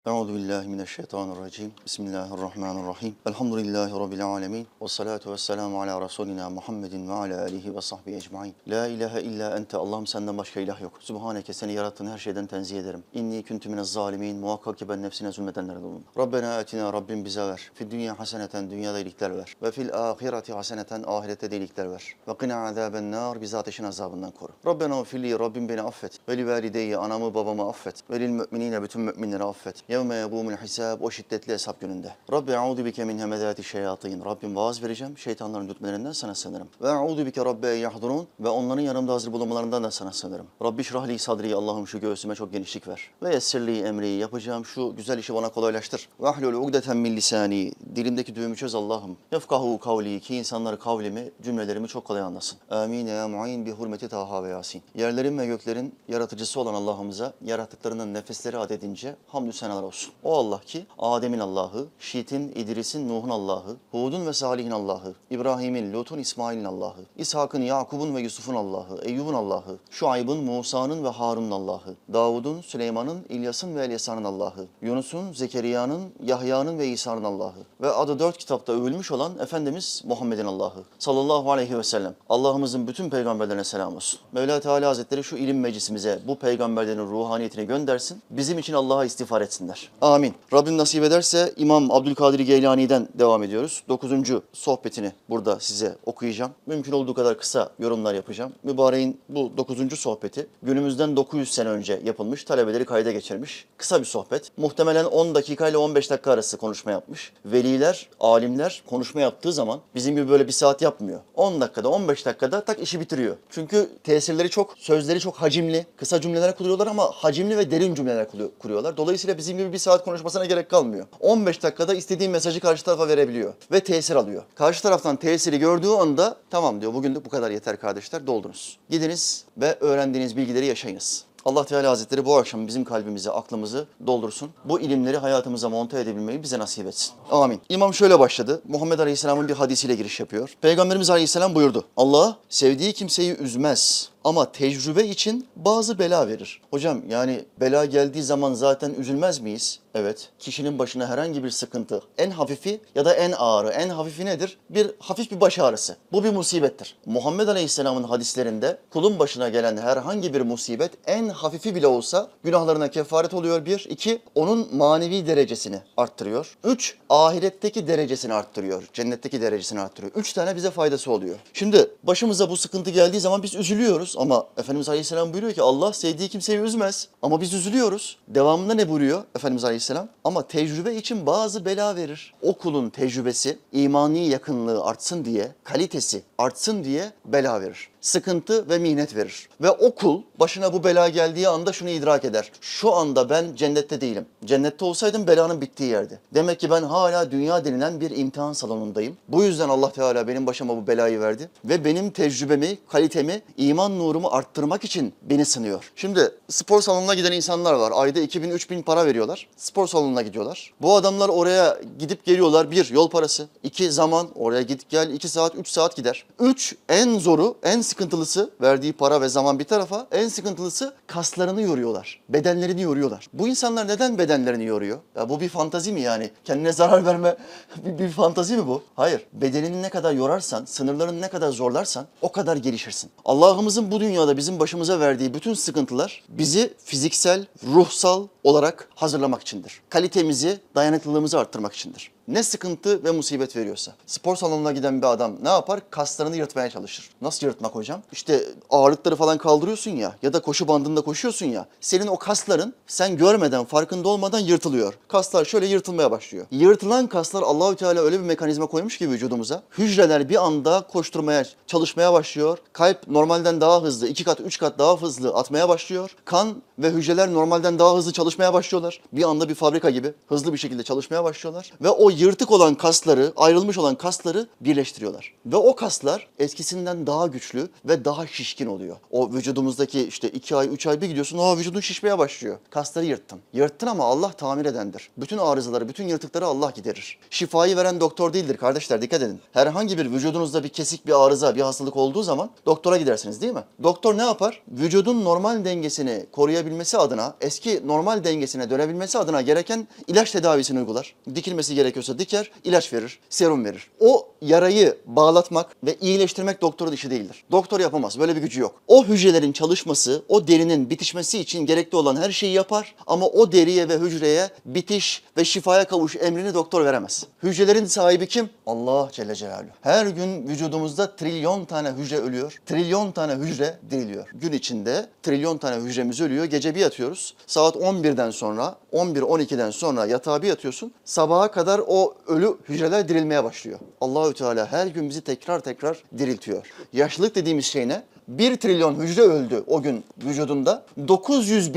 Euzu billahi mineşşeytanirracim. Bismillahirrahmanirrahim. Elhamdülillahi rabbil alamin. Ves salatu vesselamu ala rasulina Muhammedin ve ala alihi ve sahbihi ecmaîn. La ilahe illa ente. Allah'ım senden başka ilah yok. Sübhaneke, seni yarattığın her şeyden tenzih ederim. İnni kuntu minez zalimin. Muhakkak ki ben nefsine zulmedenlerden oldum. Rabbena atina, Rabbim bize ver. Fid dünya haseneten, dünyada iyilikler ver. Ve fil ahireti haseneten, ahirette de iyilikler ver. Ve qina azaben nar, bizi ateşin azabından koru. Rabbena ufirli, Rabbim beni affet. Ve li valideyye, anamı babamı affet. Ve lil müminine, bütün müminleri affet. Yevme yegûmul hisâb, o şiddetli hesap gününde. Rabbi eûzu bike min hemezâti şeyatîn. Rabbim vaaz vereceğim, şeytanların dürtmelerinden sana sığınırım. Ve eûzu bike rabbi yahdurun, ve onların yanımda hazır bulunmalarından da sana sığınırım. Rabbi şrahli sadri, Allah'ım şu göğsüme çok genişlik ver. Ve yessirli emri, yapacağım şu güzel işi bana kolaylaştır. Ve ahlul ugdeten min lisani, dilimdeki düğümü çöz Allah'ım. Yefkahu kavli, ki insanlar kavlimi, cümlelerimi çok kolay anlasın. Amin ya mu'in bi hurmeti Taha ve Yasin. Yerlerin ve göklerin yaratıcısı olan Allah'ımıza yarattıklarının nefesleri adedince hamdü senalar olsun. O Allah ki Adem'in Allah'ı, Şit'in, İdris'in, Nuh'un Allah'ı, Hud'un ve Salih'in Allah'ı, İbrahim'in, Lut'un, İsmail'in Allah'ı, İshak'ın, Yakub'un ve Yusuf'un Allah'ı, Eyyub'un Allah'ı, Şuayb'ın, Musa'nın ve Harun'un Allah'ı, Davud'un, Süleyman'ın, İlyas'ın ve Elyasa'nın Allah'ı, Yunus'un, Zekeriya'nın, Yahya'nın ve İsa'nın Allah'ı ve adı 4 kitapta övülmüş olan Efendimiz Muhammed'in Allah'ı sallallahu aleyhi ve sellem. Allah'ımızın bütün peygamberlerine selam olsun. Mevla Teala Hazretleri şu ilim meclisimize bu peygamberlerin ruhaniyetini göndersin. Bizim için Allah'a istiğfar etsinler. Amin. Rabbim nasip ederse İmam Abdülkadir Geylani'den devam ediyoruz. 9. sohbetini burada size okuyacağım. Mümkün olduğu kadar kısa yorumlar yapacağım. Mübareğin bu 9. sohbeti günümüzden 900 sene önce yapılmış, talebeleri kayda geçirmiş. Kısa bir sohbet. Muhtemelen 10 dakika ile 15 dakika arası konuşma yapmış. Veliler, alimler konuşma yaptığı zaman bizim gibi böyle bir saat yapmıyor. 10 dakikada, 15 dakikada tak işi bitiriyor. Çünkü tesirleri çok, sözleri çok hacimli. Kısa cümleler kuruyorlar ama hacimli ve derin cümleler kuruyorlar. Dolayısıyla bizim gibi bir saat konuşmasına gerek kalmıyor. 15 dakikada istediğin mesajı karşı tarafa verebiliyor ve tesir alıyor. Karşı taraftan tesiri gördüğü anda tamam diyor, bugünlük bu kadar yeter kardeşler, doldunuz. Gidiniz ve öğrendiğiniz bilgileri yaşayınız. Allah Teala Hazretleri bu akşam bizim kalbimizi, aklımızı doldursun. Bu ilimleri hayatımıza monte edebilmeyi bize nasip etsin. Amin. İmam şöyle başladı. Muhammed Aleyhisselam'ın bir hadisiyle giriş yapıyor. Peygamberimiz Aleyhisselam buyurdu. Allah sevdiği kimseyi üzmez ama tecrübe için bazı bela verir. Hocam yani bela geldiği zaman zaten üzülmez miyiz? Evet. Kişinin başına herhangi bir sıkıntı, en hafifi ya da en ağırı, en hafifi nedir? Hafif bir baş ağrısı. Bu bir musibettir. Muhammed Aleyhisselam'ın hadislerinde kulun başına gelen herhangi bir musibet en hafifi bile olsa günahlarına kefaret oluyor. 1. 2. Onun manevi derecesini arttırıyor. 3. Ahiretteki derecesini arttırıyor. Cennetteki derecesini arttırıyor. 3 tane bize faydası oluyor. Şimdi başımıza bu sıkıntı geldiği zaman biz üzülüyoruz ama Efendimiz Aleyhisselam buyuruyor ki Allah sevdiği kimseyi üzmez. Ama biz üzülüyoruz. Devamında ne buyuruyor Efendimiz Aleyhisselam? Ama tecrübe için bazı bela verir. O kulun tecrübesi, imani yakınlığı artsın diye, kalitesi artsın diye bela verir. Sıkıntı ve mihnet verir. Ve o kul başına bu bela geldiği anda şunu idrak eder. Şu anda ben cennette değilim. Cennette olsaydım belanın bittiği yerde. Demek ki ben hala dünya denilen bir imtihan salonundayım. Bu yüzden Allah Teala benim başıma bu belayı verdi. Ve benim tecrübemi, kalitemi, iman nurumu arttırmak için beni sınıyor. Şimdi spor salonuna giden insanlar var. Ayda 2000-3000 para veriyorlar. Spor salonuna gidiyorlar. Bu adamlar oraya gidip geliyorlar. 1. Yol parası. 2. Zaman. Oraya git gel 2 saat, 3 saat gider. 3. En zoru, en sıkıntılısı, verdiği para ve zaman bir tarafa, en sıkıntılısı kaslarını yoruyorlar. Bedenlerini yoruyorlar. Bu insanlar neden bedenlerini yoruyor? Ya bu bir fantazi mi yani? Kendine zarar verme bir fantazi mi bu? Hayır. Bedenini ne kadar yorarsan, sınırlarını ne kadar zorlarsan o kadar gelişirsin. Allah'ımızın bu dünyada bizim başımıza verdiği bütün sıkıntılar bizi fiziksel, ruhsal olarak hazırlamak içindir. Kalitemizi, dayanıklılığımızı arttırmak içindir. Ne sıkıntı ve musibet veriyorsa. Spor salonuna giden bir adam ne yapar? Kaslarını yırtmaya çalışır. Nasıl yırtmak hocam? İşte ağırlıkları falan kaldırıyorsun ya da koşu bandında koşuyorsun ya. Senin o kasların sen görmeden, farkında olmadan yırtılıyor. Kaslar şöyle yırtılmaya başlıyor. Yırtılan kaslar Allahü Teala öyle bir mekanizma koymuş ki vücudumuza. Hücreler bir anda koşturmaya, çalışmaya başlıyor. Kalp normalden daha hızlı, 2 kat, 3 kat daha hızlı atmaya başlıyor. Kan ve hücreler normalden daha hızlı çalışmaya başlıyorlar. Bir anda bir fabrika gibi hızlı bir şekilde çalışmaya başlıyorlar. Ve o yırtık olan kasları, ayrılmış olan kasları birleştiriyorlar. Ve o kaslar eskisinden daha güçlü ve daha şişkin oluyor. O vücudumuzdaki işte 2 ay, 3 ay bir gidiyorsun, vücudun şişmeye başlıyor. Kasları yırttın. Yırttın ama Allah tamir edendir. Bütün arızaları, bütün yırtıkları Allah giderir. Şifayı veren doktor değildir kardeşler, dikkat edin. Herhangi bir vücudunuzda bir kesik, bir arıza, bir hastalık olduğu zaman doktora gidersiniz değil mi? Doktor ne yapar? Vücudun normal dengesini koruyabilmesi adına, eski normal dengesine dönebilmesi adına gereken ilaç tedavisini uygular. Dikilmesi gerekiyorsa diker, ilaç verir, serum verir. O yarayı bağlatmak ve iyileştirmek doktorun işi değildir. Doktor yapamaz, böyle bir gücü yok. O hücrelerin çalışması, o derinin bitişmesi için gerekli olan her şeyi yapar ama o deriye ve hücreye bitiş ve şifaya kavuş emrini doktor veremez. Hücrelerin sahibi kim? Allah Celle Celaluhu. Her gün vücudumuzda trilyon tane hücre ölüyor, trilyon tane hücre diriliyor. Gün içinde trilyon tane hücremiz ölüyor, gece bir yatıyoruz. Saat 11'den sonra, 11-12'den sonra yatağa bir yatıyorsun. Sabaha kadar o ölü hücreler dirilmeye başlıyor. Allahü Teala her gün bizi tekrar tekrar diriltiyor. Yaşlılık dediğimiz şey ne? 1 trilyon hücre öldü o gün vücudunda. 900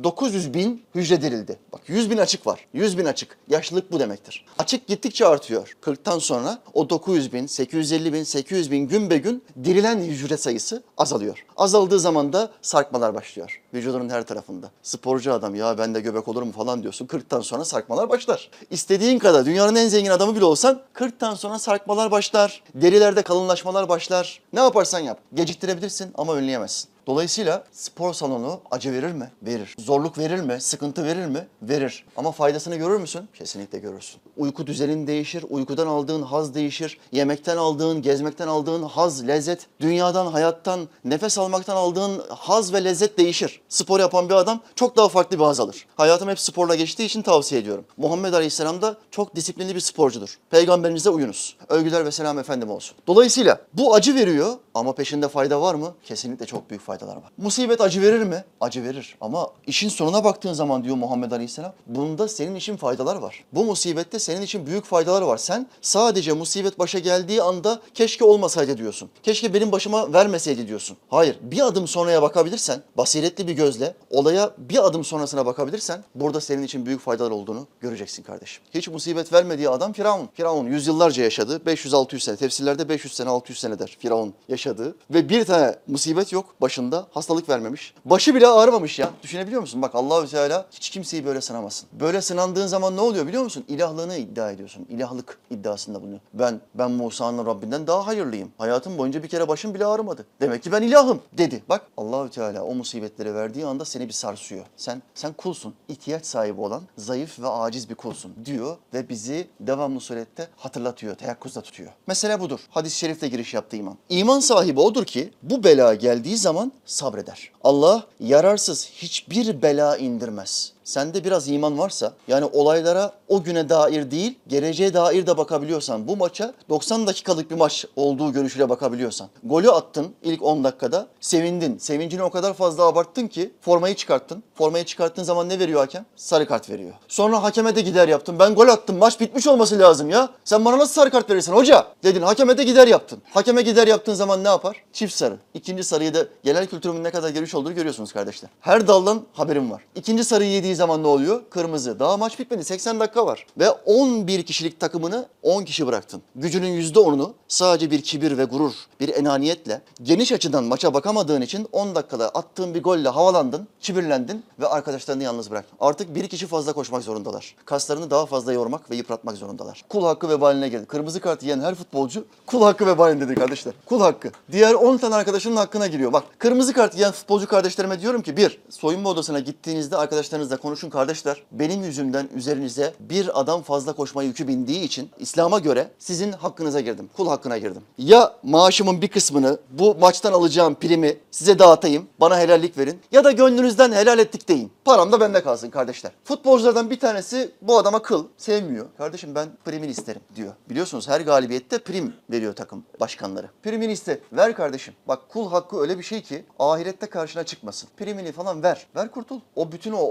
bin hücre dirildi. Bak 100 bin açık var. 100 bin açık. Yaşlılık bu demektir. Açık gittikçe artıyor. 40'tan sonra o 900 bin, 850 bin, 800 bin gün be gün dirilen hücre sayısı azalıyor. Azaldığı zaman da sarkmalar başlıyor. Vücudunun her tarafında. Sporcu adam ya bende göbek olur mu falan diyorsun. 40'tan sonra sarkmalar başlar. İstediğin kadar dünyanın en zengin adamı bile olsan 40'tan sonra sarkmalar başlar. Derilerde kalınlaşmalar başlar. Ne yaparsan yap. Geciktirebilirsin ama önleyemezsin. Dolayısıyla spor salonu acı verir mi? Verir. Zorluk verir mi? Sıkıntı verir mi? Verir. Ama faydasını görür müsün? Kesinlikle görürsün. Uyku düzenin değişir, uykudan aldığın haz değişir, yemekten aldığın, gezmekten aldığın haz, lezzet, dünyadan, hayattan, nefes almaktan aldığın haz ve lezzet değişir. Spor yapan bir adam çok daha farklı bir haz alır. Hayatım hep sporla geçtiği için tavsiye ediyorum. Muhammed Aleyhisselam da çok disiplinli bir sporcudur. Peygamberimize uyunuz. Övgüler ve selam efendim olsun. Dolayısıyla bu acı veriyor ama peşinde fayda var mı? Kesinlikle çok büyük faydalar var. Musibet acı verir mi? Acı verir. Ama işin sonuna baktığın zaman diyor Muhammed Aleyhisselam, bunda senin için faydalar var. Bu musibette senin için büyük faydalar var. Sen sadece musibet başa geldiği anda keşke olmasaydı diyorsun. Keşke benim başıma vermeseydi diyorsun. Hayır, bir adım sonraya bakabilirsen, basiretli bir gözle olaya bir adım sonrasına bakabilirsen burada senin için büyük faydalar olduğunu göreceksin kardeşim. Hiç musibet vermediği adam Firavun. Firavun yüzyıllarca yaşadı. 500-600 sene. Tefsirlerde 500 sene 600 sene der Firavun yaşadığı. Ve bir tane musibet yok başında. Hastalık vermemiş. Başı bile ağrımamış ya. Düşünebiliyor musun? Bak Allahü Teala hiç kimseyi böyle sınamasın. Böyle sınandığın zaman ne oluyor biliyor musun? İlahlığını iddia ediyorsun. İlahlık iddiasında bulunuyor. Ben Musa'nın Rabbinden daha hayırlıyım. Hayatım boyunca bir kere başım bile ağrımadı. Demek ki ben ilahım dedi. Bak Allahü Teala o musibetleri verdiği anda seni bir sarsıyor. Sen kulsun. İhtiyaç sahibi olan zayıf ve aciz bir kulsun diyor ve bizi devamlı surette hatırlatıyor, teyakkuzda tutuyor. Mesele budur. Hadis-i şerifle giriş yaptı imam. İman sahibi odur ki bu bela geldiği zaman sabreder. Allah yararsız hiçbir bela indirmez. Sende biraz iman varsa, yani olaylara o güne dair değil, geleceğe dair de bakabiliyorsan, bu maça 90 dakikalık bir maç olduğu görüşüyle bakabiliyorsan, golü attın ilk 10 dakikada, sevindin. Sevincini o kadar fazla abarttın ki formayı çıkarttın. Formayı çıkarttığın zaman ne veriyor hakem? Sarı kart veriyor. Sonra hakeme de gider yaptın. Ben gol attım, maç bitmiş olması lazım ya. Sen bana nasıl sarı kart verirsin hoca? Dedin, hakeme de gider yaptın. Hakeme gider yaptığın zaman ne yapar? Çift sarı. İkinci sarıyı da genel kültürümün ne kadar geniş olduğunu görüyorsunuz kardeşler. Her daldan haberim var. İkinci sarıyı yediği zaman ne oluyor? Kırmızı. Daha maç bitmedi. 80 dakika var. Ve 11 kişilik takımını 10 kişi bıraktın. Gücünün %10'unu sadece bir kibir ve gurur, bir enaniyetle, geniş açıdan maça bakamadığın için 10 dakikada attığın bir golle havalandın, kibirlendin ve arkadaşlarını yalnız bıraktın. Artık bir kişi fazla koşmak zorundalar. Kaslarını daha fazla yormak ve yıpratmak zorundalar. Kul hakkı vebaline girdi. Kırmızı kart yiyen her futbolcu kul hakkı vebalindedir kardeşler. Kul hakkı. Diğer 10 tane arkadaşının hakkına giriyor. Bak kırmızı kart yiyen futbolcu kardeşlerime diyorum ki soyunma odasına gittiğinizde arkadaşlarınızla konuşun kardeşler. Benim yüzümden üzerinize bir adam fazla koşma yükü bindiği için İslam'a göre sizin hakkınıza girdim. Kul hakkına girdim. Ya maaşımın bir kısmını bu maçtan alacağım primi size dağıtayım. Bana helallik verin. Ya da gönlünüzden helal ettik deyin. Param da bende kalsın kardeşler. Futbolculardan bir tanesi bu adama kıl. Sevmiyor. Kardeşim ben primini isterim diyor. Biliyorsunuz her galibiyette prim veriyor takım başkanları. Primini iste. Ver kardeşim. Bak kul hakkı öyle bir şey ki ahirette karşına çıkmasın. Primini falan ver. Ver kurtul. O bütün o 10 kişi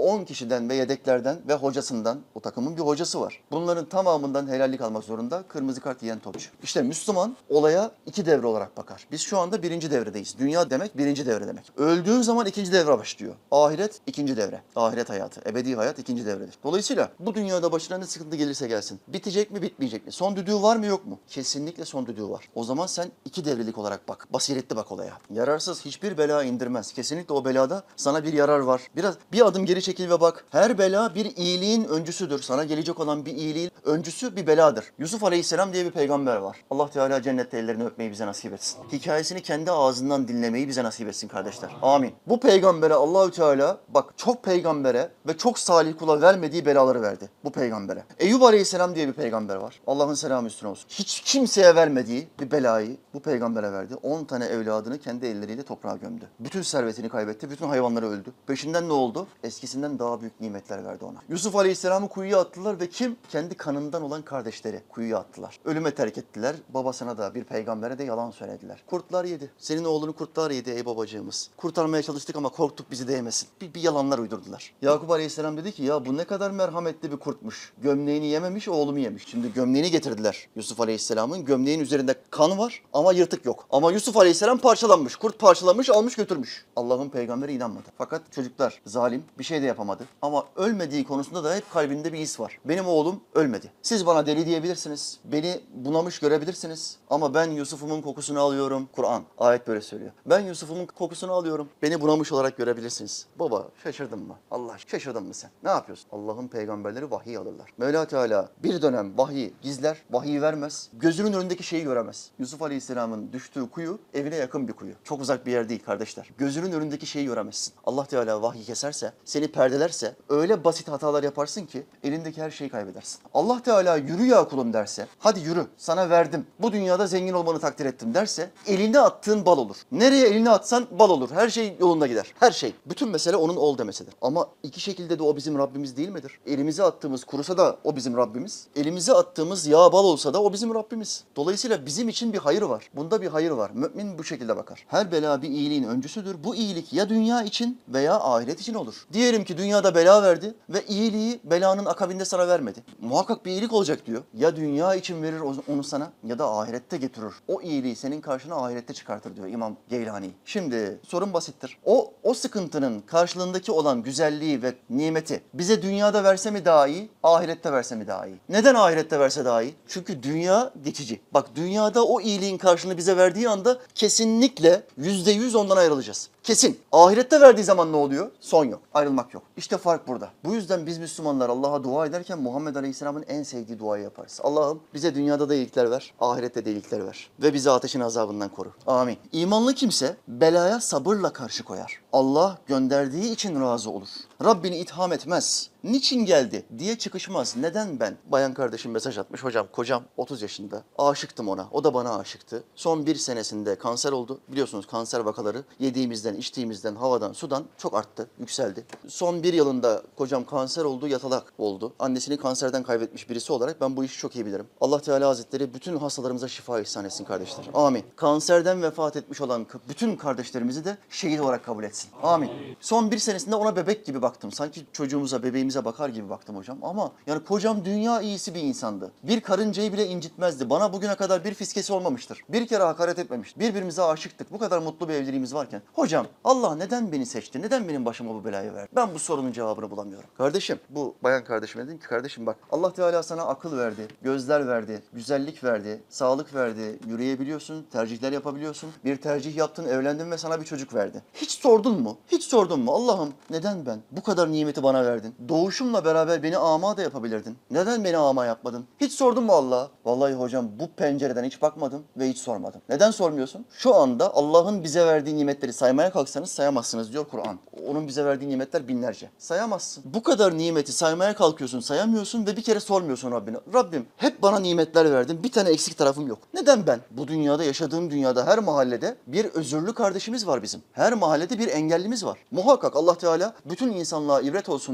kalecilerden ve yedeklerden ve hocasından, o takımın bir hocası var. Bunların tamamından helallik almak zorunda kırmızı kart yiyen topçu. İşte Müslüman olaya iki devre olarak bakar. Biz şu anda birinci devredeyiz. Dünya demek birinci devre demek. Öldüğün zaman ikinci devre başlıyor. Ahiret ikinci devre. Ahiret hayatı, ebedi hayat ikinci devredir. Dolayısıyla bu dünyada başına ne sıkıntı gelirse gelsin. Bitecek mi, bitmeyecek mi? Son düdüğü var mı, yok mu? Kesinlikle son düdüğü var. O zaman sen iki devrelik olarak bak. Basiretli bak olaya. Yararsız hiçbir bela indirmez. Kesinlikle o belada sana bir yarar var. Bir adım geri çekil ve bak. Her bela bir iyiliğin öncüsüdür. Sana gelecek olan bir iyiliğin öncüsü bir beladır. Yusuf Aleyhisselam diye bir peygamber var. Allah Teala cennette ellerini öpmeyi bize nasip etsin. Hikayesini kendi ağzından dinlemeyi bize nasip etsin kardeşler. Amin. Bu peygambere Allahü Teala bak çok peygambere ve çok salih kula vermediği belaları verdi. Bu peygambere. Eyüp Aleyhisselam diye bir peygamber var. Allah'ın selamı üstüne olsun. Hiç kimseye vermediği bir belayı bu peygambere verdi. 10 tane evladını kendi elleriyle toprağa gömdü. Bütün servetini kaybetti. Bütün hayvanları öldü. Peşinden ne oldu? Eskisinden daha büyük nimetler verdi ona. Yusuf Aleyhisselam'ı kuyuya attılar ve kim? Kendi kanından olan kardeşleri kuyuya attılar. Ölüme terk ettiler. Babasına da bir peygambere de yalan söylediler. Kurtlar yedi. Senin oğlunu kurtlar yedi ey babacığımız. Kurtarmaya çalıştık ama korktuk bizi değmesin. Bir yalanlar uydurdular. Yakup Aleyhisselam dedi ki ya bu ne kadar merhametli bir kurtmuş. Gömleğini yememiş, oğlumu yemiş. Şimdi gömleğini getirdiler Yusuf Aleyhisselam'ın. Gömleğin üzerinde kan var ama yırtık yok. Ama Yusuf Aleyhisselam parçalanmış. Kurt parçalamış, almış götürmüş. Allah'ın peygamberi inanmadı. Fakat çocuklar zalim, bir şey de yapamadı. Ama ölmediği konusunda da hep kalbinde bir his var. Benim oğlum ölmedi. Siz bana deli diyebilirsiniz. Beni bunamış görebilirsiniz. Ama ben Yusuf'umun kokusunu alıyorum. Kur'an, ayet böyle söylüyor. Ben Yusuf'umun kokusunu alıyorum. Beni bunamış olarak görebilirsiniz. Baba şaşırdın mı? Allah şaşırdın mı sen? Ne yapıyorsun? Allah'ın peygamberleri vahiy alırlar. Mevla Teala bir dönem vahiy gizler, vahiy vermez. Gözünün önündeki şeyi göremez. Yusuf Aleyhisselam'ın düştüğü kuyu evine yakın bir kuyu. Çok uzak bir yer değil kardeşler. Gözünün önündeki şeyi göremezsin. Allah Teala vahiy keserse, seni perdelerse öyle basit hatalar yaparsın ki elindeki her şeyi kaybedersin. Allah Teala yürü ya kulum derse, hadi yürü sana verdim. Bu dünyada zengin olmanı takdir ettim derse eline attığın bal olur. Nereye elini atsan bal olur. Her şey yolunda gider. Her şey. Bütün mesele onun ol demesidir. Ama iki şekilde de o bizim Rabbimiz değil midir? Elimize attığımız kurusa da o bizim Rabbimiz. Elimize attığımız yağ bal olsa da o bizim Rabbimiz. Dolayısıyla bizim için bir hayır var. Bunda bir hayır var. Mümin bu şekilde bakar. Her bela bir iyiliğin öncüsüdür. Bu iyilik ya dünya için veya ahiret için olur. Diyelim ki dünyada bela verdi ve iyiliği belanın akabinde sana vermedi. Muhakkak bir iyilik olacak diyor. Ya dünya için verir onu sana ya da ahirette getirir. O iyiliği senin karşına ahirette çıkartır diyor İmam Geylani. Şimdi sorun basittir. O sıkıntının karşılığındaki olan güzelliği ve nimeti bize dünyada verse mi daha iyi, ahirette verse mi daha iyi? Neden ahirette verse daha iyi? Çünkü dünya geçici. Bak dünyada o iyiliğin karşılığını bize verdiği anda kesinlikle %100 ondan ayrılacağız. Kesin. Ahirette verdiği zaman ne oluyor? Son yok. Ayrılmak yok. İşte fark burada. Bu yüzden biz Müslümanlar Allah'a dua ederken Muhammed Aleyhisselam'ın en sevdiği duayı yaparız. Allah'ım bize dünyada da iyilikler ver, ahirette de iyilikler ver. Ve bizi ateşin azabından koru. Amin. İmanlı kimse belaya sabırla karşı koyar. Allah gönderdiği için razı olur. Rabbini itham etmez. Niçin geldi diye çıkışmaz. Neden ben? Bayan kardeşim mesaj atmış. Hocam kocam 30 yaşında. Aşıktım ona. O da bana aşıktı. Son bir senesinde kanser oldu. Biliyorsunuz kanser vakaları yediğimizden, içtiğimizden, havadan, sudan çok arttı, yükseldi. Son bir yılında kocam kanser oldu, yatalak oldu. Annesini kanserden kaybetmiş birisi olarak ben bu işi çok iyi bilirim. Allah Teala Hazretleri bütün hastalarımıza şifa ihsan etsin kardeşler. Amin. Kanserden vefat etmiş olan bütün kardeşlerimizi de şehit olarak kabul etsin. Amin. Son bir senesinde ona bebek gibi baktım. Sanki çocuğumuza, bebeğimize bakar gibi baktım hocam. Ama yani kocam dünya iyisi bir insandı. Bir karıncayı bile incitmezdi. Bana bugüne kadar bir fiskesi olmamıştır. Bir kere hakaret etmemiştir. Birbirimize aşıktık. Bu kadar mutlu bir evliliğimiz varken. Hocam Allah neden beni seçti? Neden benim başıma bu belayı verdi? Ben bu sorunun cevabını bulamıyorum. Kardeşim, bu bayan kardeşime dedim ki kardeşim bak Allah Teala sana akıl verdi, gözler verdi, güzellik verdi, sağlık verdi, yürüyebiliyorsun, tercihler yapabiliyorsun. Bir tercih yaptın, evlendin ve sana bir çocuk verdi. Hiç sordun mu? Hiç sordun mu? Allah'ım neden ben? Bu kadar nimeti bana verdin. Doğuşumla beraber beni ama da yapabilirdin. Neden beni ama yapmadın? Hiç sordun mu Allah'a? Vallahi hocam bu pencereden hiç bakmadım ve hiç sormadım. Neden sormuyorsun? Şu anda Allah'ın bize verdiği nimetleri saymaya kalksanız sayamazsınız diyor Kur'an. Onun bize verdiği nimetler binlerce. Sayamazsın. Bu kadar nimeti saymaya kalkıyorsun, sayamıyorsun ve bir kere sormuyorsun Rabbine. Rabbim hep bana nimetler verdin. Bir tane eksik tarafım yok. Neden ben? Bu dünyada, yaşadığım dünyada her mahallede bir özürlü kardeşimiz var bizim. Her mahallede bir engellimiz var. Muhakkak Allah Teala bütün insanlığa ibret olsun diye her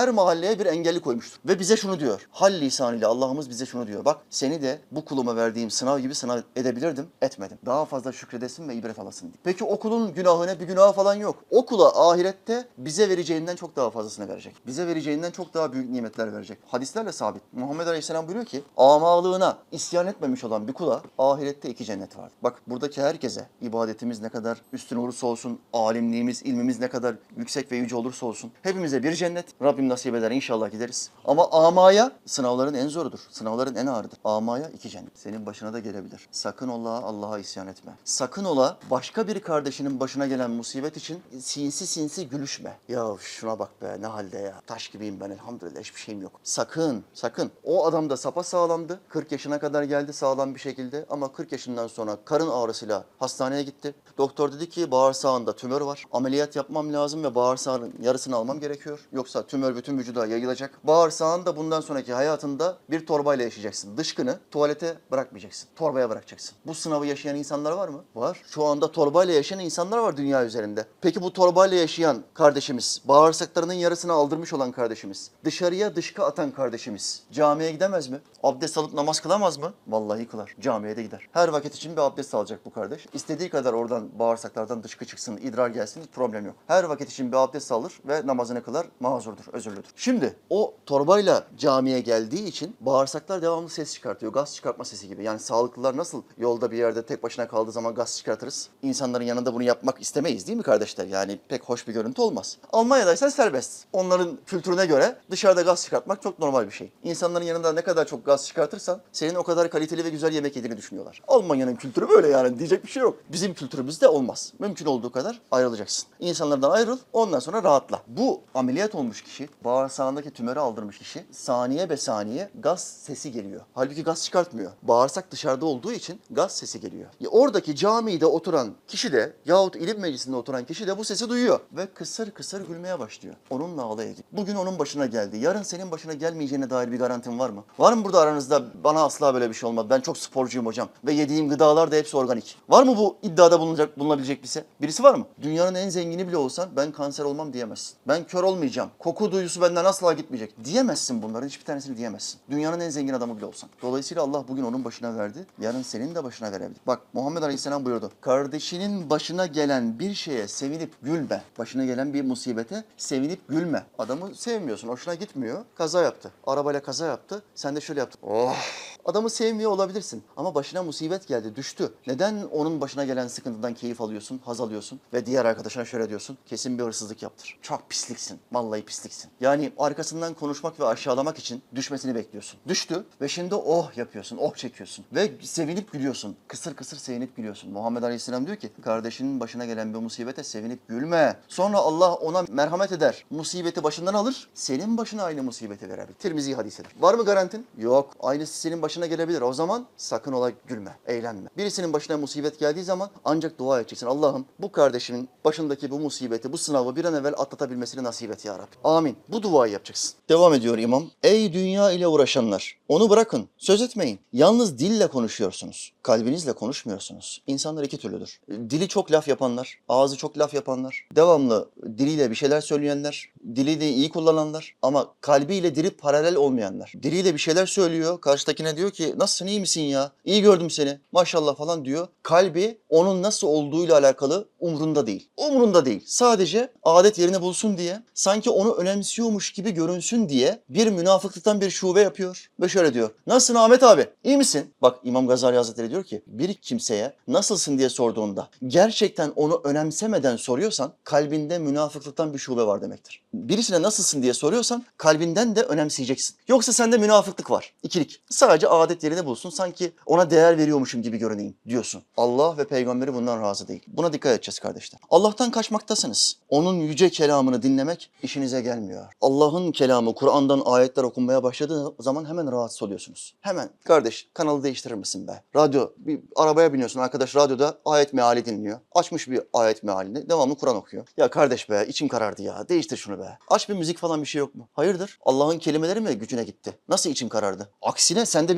her mahalleye bir engelli koymuştur. Ve bize şunu diyor. Hal lisanıyla Allah'ımız bize şunu diyor. Bak seni de bu kuluma verdiğim sınav gibi sınav edebilirdim, etmedim. Daha fazla şükredesin ve ibret alasın diye. Peki o kulun günahı ne? Bir günahı falan yok. O kula ahirette bize vereceğinden çok daha fazlasını verecek. Bize vereceğinden çok daha büyük nimetler verecek. Hadislerle sabit. Muhammed Aleyhisselam buyuruyor ki amalığına isyan etmemiş olan bir kula ahirette 2 cennet var. Bak buradaki herkese ibadetimiz ne kadar üstün olursa olsun, alimliğimiz, ilmimiz ne kadar yüksek ve yüce olursa olsun hepimize 1 cennet. Rabbim nasip eder inşallah gideriz. Ama amaya sınavların en zorudur. Sınavların en ağırıdır. Amaya 2 cennet. Senin başına da gelebilir. Sakın ola Allah'a isyan etme. Sakın ola başka bir kardeşinin başına gelen musibet için sinsi sinsi gülüşme. Ya şuna bak be ne halde ya. Taş gibiyim ben elhamdülillah hiçbir şeyim yok. Sakın sakın. O adam da sapasağlamdı. 40 yaşına kadar geldi sağlam bir şekilde ama 40 yaşından sonra karın ağrısıyla hastaneye gitti. Doktor dedi ki bağırsağında tümör var. Ameliyat yapmam lazım ve bağırsağın yarısını almam gerekiyor. Yoksa tümör bütün vücuda yayılacak. Bağırsağın da bundan sonraki hayatında bir torbayla yaşayacaksın. Dışkını tuvalete bırakmayacaksın. Torbaya bırakacaksın. Bu sınavı yaşayan insanlar var mı? Var. Şu anda torbayla yaşayan insanlar var dünya üzerinde. Peki bu torbayla yaşayan kardeşimiz, bağırsaklarının yarısını aldırmış olan kardeşimiz, dışarıya dışkı atan kardeşimiz camiye gidemez mi? Abdest alıp namaz kılamaz mı? Vallahi kılar. Camiye de gider. Her vakit için bir abdest alacak bu kardeş. İstediği kadar oradan bağırsaklardan dışkı çıksın, idrar gelsin hiç problem yok. Her vakit için bir abdest alır ve namazını kılar, mazurdur, özürlüdür. Şimdi o torbayla camiye geldiği için bağırsaklar devamlı ses çıkartıyor. Gaz çıkartma sesi gibi. Yani sağlıklılar nasıl yolda bir yerde tek başına kaldığı zaman gaz çıkartırız? İnsanların yanında bunu yapmak istemeyiz değil mi kardeşler? Yani pek hoş bir görüntü olmaz. Almanya'daysa serbest. Onların kültürüne göre dışarıda gaz çıkartmak çok normal bir şey. İnsanların yanında ne kadar çok gaz çıkartırsan senin o kadar kaliteli ve güzel yemek yediğini düşünüyorlar. Almanya'nın kültürü böyle yani diyecek bir şey yok. Bizim kültürümüzde olmaz. Mümkün olduğu kadar ayrılacaksın. İnsanlardan ayrıl ondan sonra rahatla. Bu ameliyat olmuş kişi, bağırsağındaki tümörü aldırmış kişi saniye be saniye gaz sesi geliyor. Halbuki gaz çıkartmıyor. Bağırsak dışarıda olduğu için gaz sesi geliyor. Oradaki camide oturan kişi de yahut ilim meclisinde oturan kişi de bu sesi duyuyor. Ve kısır kısır gülmeye başlıyor. Onunla alay ediyor. Bugün onun başına geldi. Yarın senin başına gelmeyeceğine dair bir garantin var mı? Var mı burada aranızda bana asla böyle bir şey olmadı. Ben çok sporcuyum hocam. Ve yediğim gıdalar da hepsi organik. Var mı bu iddiada bulunabilecek birisi var mı? Dünyanın en zengini bile olsan ben kanser olmam diyemezsin. Ben kör olmayacağım. Koku duyusu benden asla gitmeyecek. Diyemezsin bunların hiçbir tanesini diyemezsin. Dünyanın en zengin adamı bile olsan. Dolayısıyla Allah bugün onun başına verdi. Yarın senin de başına verebilir. Bak Muhammed Aleyhisselam buyurdu. Kardeşinin başına gelen bir şeye sevinip gülme. Başına gelen bir musibete sevinip gülme. Adamı sevmiyorsun. Hoşuna gitmiyor. Kaza yaptı. Arabayla kaza yaptı. Sen de şöyle yaptın. Oh! Adamı sevmiyor olabilirsin. Ama başına musibet geldi, düştü. Neden onun başına gelen sıkıntıdan keyif alıyorsun, haz alıyorsun ve diğer arkadaşına şöyle diyorsun. Kesin bir hırsızlık yaptır. Çok pisliksin. Vallahi pisliksin. Yani arkasından konuşmak ve aşağılamak için düşmesini bekliyorsun. Düştü ve şimdi oh yapıyorsun, oh çekiyorsun. Ve sevinip gülüyorsun. Kısır kısır sevinip gülüyorsun. Muhammed Aleyhisselam diyor ki kardeşinin başına gelen bir musibete sevinip gülme. Sonra Allah ona merhamet eder. Musibeti başından alır. Senin başına aynı musibeti verebilir. Tirmizi hadisidir. Var mı garantin? Yok. Aynısı senin başına gelebilir. O zaman sakın ola gülme, eğlenme. Birisinin başına musibet geldiği zaman ancak dua edeceksin. Allah'ım bu kardeşimin başındaki bu musibeti, bu sınavı bir an evvel atlatabilmesini nasip et ya Rabbi. Amin. Bu duayı yapacaksın. Devam ediyor imam. Ey dünya ile uğraşanlar! Onu bırakın, söz etmeyin. Yalnız dille konuşuyorsunuz. Kalbinizle konuşmuyorsunuz. İnsanlar 2 türlüdür. Dili çok laf yapanlar, ağzı çok laf yapanlar, devamlı diliyle bir şeyler söyleyenler, dili de iyi kullananlar ama kalbiyle dili paralel olmayanlar. Diliyle bir şeyler söylüyor, karşıdakine diyor ki nasılsın, iyi misin ya? İyi gördüm seni, maşallah falan diyor. Kalbi onun nasıl olduğuyla alakalı umrunda değil. Umrunda değil. Sadece adet yerini bulsun diye, sanki onu önemsiyormuş gibi görünsün diye bir münafıklıktan bir şube yapıyor. Ve şöyle diyor. Nasılsın Ahmet abi? İyi misin? Bak İmam Gazali Hazretleri diyor ki bir kimseye nasılsın diye sorduğunda gerçekten onu önemsemeden soruyorsan kalbinde münafıklıktan bir şube var demektir. Birisine nasılsın diye soruyorsan kalbinden de önemseyeceksin. Yoksa sende münafıklık var. İkilik. Sadece adet yerini bulsun sanki ona değer veriyormuşum gibi görüneyim diyorsun. Allah ve peygamberi bundan razı değil. Buna dikkat edeceğiz kardeşler. Allah'tan kaçmaktasınız. Onun yüce kelamını dinlemek işinize gelmiyor. Allah'ın kelamı, Kur'an'dan ayetler okunmaya başladığı zaman hemen rahatsız oluyorsunuz. Hemen kardeş kanalı değiştirir misin be? Radyo, bir arabaya biniyorsun arkadaş radyoda ayet meali dinliyor. Açmış bir ayet mealini devamlı Kur'an okuyor. Ya kardeş be içim karardı ya değiştir şunu be. Aç bir müzik falan bir şey yok mu? Hayırdır? Allah'ın kelimeleri mi gücüne gitti? Nasıl içim karardı? Aksine sende bir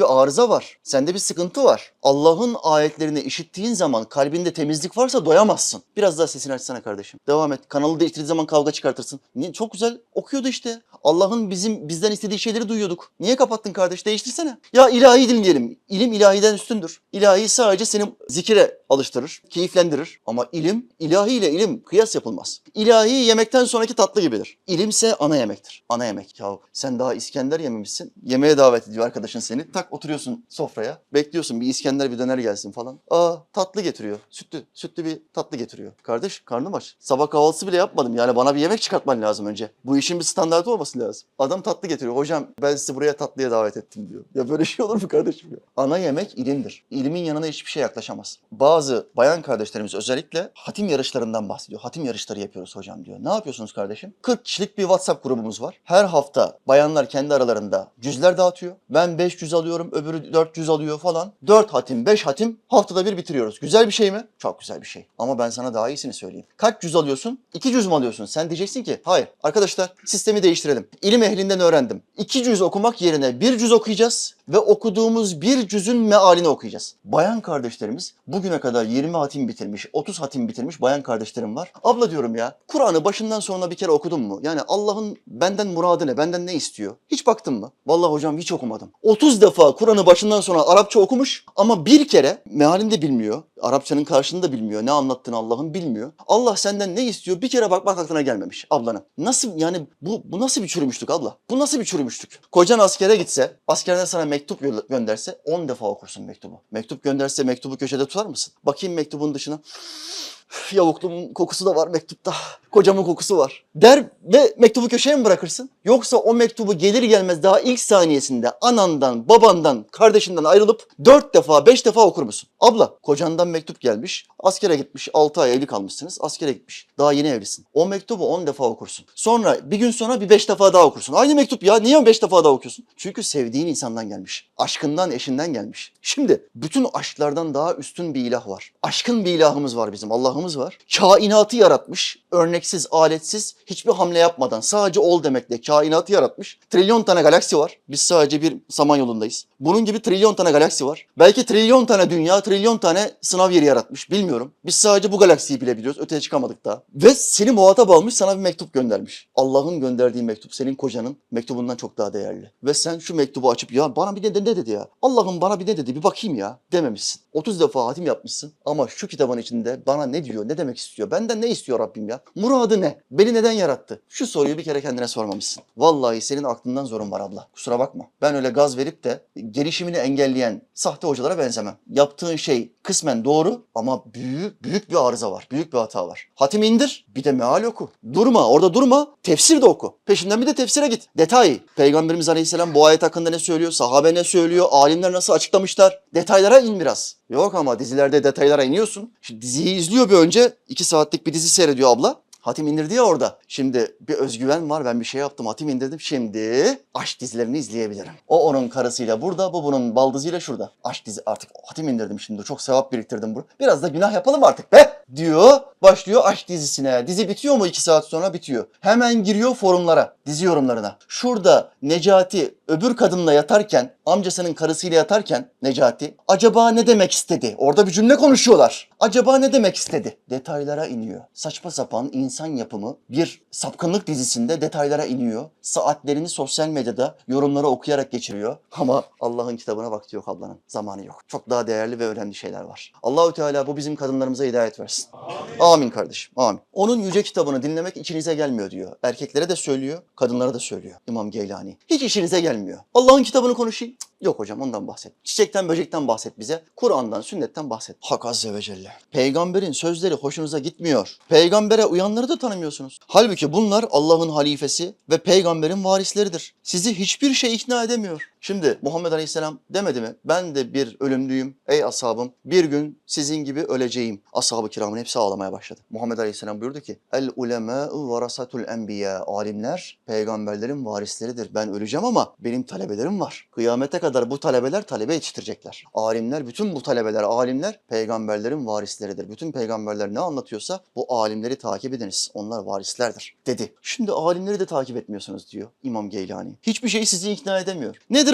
bir arıza var. Sende bir sıkıntı var. Allah'ın ayetlerini işittiğin zaman kalbinde temizlik varsa doyamazsın. Biraz daha sesini açsana kardeşim. Devam et. Kanalı değiştirdiği zaman kavga çıkartırsın. Niye? Çok güzel okuyordu işte. Allah'ın bizden istediği şeyleri duyuyorduk. Niye kapattın kardeş? Değiştirsene. Ya ilahi dinleyelim. İlim ilahiden üstündür. İlahi sadece seni zikire alıştırır, keyiflendirir. Ama ilahi ile ilim kıyas yapılmaz. İlahi yemekten sonraki tatlı gibidir. İlimse ana yemektir. Ana yemek. Ya sen daha İskender yememişsin. Yemeğe davet ediyor arkadaşın seni. Tak oturuyorsun sofraya. Bekliyorsun bir İskender bir döner gelsin falan. Tatlı getiriyor. Sütlü bir tatlı getiriyor. Kardeş karnım aç. Sabah kahvaltısı bile yapmadım. Yani bana bir yemek çıkartman lazım önce. Bu işin bir standartı olması lazım. Adam tatlı getiriyor. Hocam ben sizi buraya tatlıya davet ettim diyor. Ya böyle şey olur mu kardeşim ya? Ana yemek ilimdir. İlimin yanına hiçbir şey yaklaşamaz. Bazı bayan kardeşlerimiz özellikle hatim yarışlarından bahsediyor. Hatim yarışları yapıyoruz hocam diyor. Ne yapıyorsunuz kardeşim? 40 kişilik bir WhatsApp grubumuz var. Her hafta bayanlar kendi aralarında cüzler dağıtıyor. Ben 500 alıyorum, öbürü 400 alıyor falan. 4 hatim, 5 hatim haftada bir bitiriyoruz. Güzel bir şey mi? Çok güzel bir şey. Ama ben sana daha iyisini söyleyeyim. Kaç cüz alıyorsun? 2 cüz mü alıyorsun? Sen diyeceksin ki hayır arkadaşlar sistemi değiştirelim. İlim ehlinden öğrendim. 2 cüz okumak yerine 1 cüz okuyacağız ve okuduğumuz bir cüzün mealini okuyacağız. Bayan kardeşlerimiz bugüne kadar 20 hatim bitirmiş, 30 hatim bitirmiş bayan kardeşlerim var. Abla diyorum ya, Kur'an'ı başından sonuna bir kere okudun mu? Yani Allah'ın benden muradı ne, benden ne istiyor? Hiç baktın mı? Vallahi hocam hiç okumadım. 30 defa Kur'an'ı başından sona Arapça okumuş ama bir kere mealini de bilmiyor. Arapçanın karşılığını da bilmiyor. Ne anlattığını Allah'ın bilmiyor. Allah senden ne istiyor? Bir kere bakmak aklına gelmemiş ablanın. Nasıl yani bu nasıl bir çürümüşlük abla? Bu nasıl bir çürümüşlük? Kocan askere gitse, askerden sana mektup gönderse 10 defa okursun mektubu. Mektup gönderse mektubu köşede tutar mısın? Bakayım mektubun dışına. Yavukluğumun kokusu da var mektupta. Kocamın kokusu var. Der ve mektubu köşeye mi bırakırsın? Yoksa o mektubu gelir gelmez daha ilk saniyesinde anandan, babandan, kardeşinden ayrılıp 4 defa, 5 defa okur musun? Abla, kocandan mektup gelmiş, askere gitmiş, 6 ay evli kalmışsınız, askere gitmiş. Daha yeni evlisin. O mektubu 10 defa okursun. Sonra bir gün sonra bir 5 defa daha okursun. Aynı mektup ya, niye 5 defa daha okuyorsun? Çünkü sevdiğin insandan gelmiş. Aşkından, eşinden gelmiş. Şimdi bütün aşklardan daha üstün bir ilah var. Aşkın bir ilahımız var bizim, Allah'ımız var. Kainatı yaratmış, örneksiz, aletsiz, hiçbir hamle yapmadan sadece ol demekle kainatı yaratmış. Trilyon tane galaksi var. Biz sadece bir samanyolundayız. Bunun gibi trilyon tane galaksi var. Belki trilyon tane dünya, trilyon tane sınav yeri yaratmış. Bilmiyorum. Biz sadece bu galaksiyi bilebiliyoruz. Öteye çıkamadık daha. Ve seni muhatap almış, sana bir mektup göndermiş. Allah'ın gönderdiği mektup senin kocanın mektubundan çok daha değerli. Ve sen şu mektubu açıp ya bana bir de ne dedi ya? Allah'ım bana bir ne dedi bir bakayım ya dememişsin. 30 defa hatim yapmışsın ama şu kitabın içinde bana ne diyor, ne demek istiyor? Benden ne istiyor Rabbim ya? Muradı ne? Beni neden yarattı? Şu soruyu bir kere kendine sormamışsın. Vallahi senin aklından zorun var abla. Kusura bakma. Ben öyle gaz verip de gelişimini engelleyen sahte hocalara benzemem. Yaptığın şey kısmen doğru ama büyük bir arıza var. Büyük bir hata var. Hatim indir, bir de meal oku. Durma, orada durma. Tefsir de oku. Peşinden bir de tefsire git. Detay. Peygamberimiz Aleyhisselam bu ayet hakkında ne söylüyor? Sahabe ne söylüyor? Alimler nasıl açıklamışlar? Detaylara in biraz. Yok ama dizilerde detaylara iniyorsun. Şimdi diziyi izliyor bir önce. 2 saatlik bir dizi seyrediyor abla. Hatim indirdi ya orada. Şimdi bir özgüven var. Ben bir şey yaptım. Hatim indirdim. Şimdi aşk dizilerini izleyebilirim. O onun karısıyla burada. Bu bunun baldızıyla şurada. Aşk dizi artık hatim indirdim şimdi. Çok sevap biriktirdim burada. Biraz da günah yapalım artık be diyor. Başlıyor aşk dizisine. Dizi bitiyor mu 2 saat sonra? Bitiyor. Hemen giriyor forumlara. Dizi yorumlarına. Şurada Necati öbür kadınla yatarken, amcasının karısıyla yatarken Necati acaba ne demek istedi? Orada bir cümle konuşuyorlar. Acaba ne demek istedi? Detaylara iniyor. Saçma sapan insan yapımı bir sapkınlık dizisinde detaylara iniyor. Saatlerini sosyal medyada yorumları okuyarak geçiriyor. Ama Allah'ın kitabına vakti yok ablanın. Zamanı yok. Çok daha değerli ve önemli şeyler var. Allahü Teala bu bizim kadınlarımıza hidayet versin. Amin kardeşim. Amin. Onun yüce kitabını dinlemek içinize gelmiyor diyor. Erkeklere de söylüyor, kadınlara da söylüyor İmam Geylani. Hiç işinize gelmiyor. Allah'ın kitabını konuşayım. Yok hocam ondan bahset. Çiçekten böcekten bahset bize. Kur'an'dan, sünnetten bahset. Hak Azze ve Celle. Peygamberin sözleri hoşunuza gitmiyor. Peygambere uyanları da tanımıyorsunuz. Halbuki bunlar Allah'ın halifesi ve peygamberin varisleridir. Sizi hiçbir şey ikna edemiyor. Şimdi Muhammed Aleyhisselam demedi mi? Ben de bir ölümlüyüm ey ashabım. Bir gün sizin gibi öleceğim. Ashab-ı kiramın hepsi ağlamaya başladı. Muhammed Aleyhisselam buyurdu ki El ulemâ'u varasatul enbiya. Alimler peygamberlerin varisleridir. Ben öleceğim ama benim talebelerim var. Kıyamete kadar bu talebeler talebe yetiştirecekler. Alimler, bütün bu talebeler, alimler peygamberlerin varisleridir. Bütün peygamberler ne anlatıyorsa bu alimleri takip ediniz. Onlar varislerdir dedi. Şimdi alimleri de takip etmiyorsunuz diyor İmam Geylani. Hiçbir şey sizi ikna edemiyor. Nedir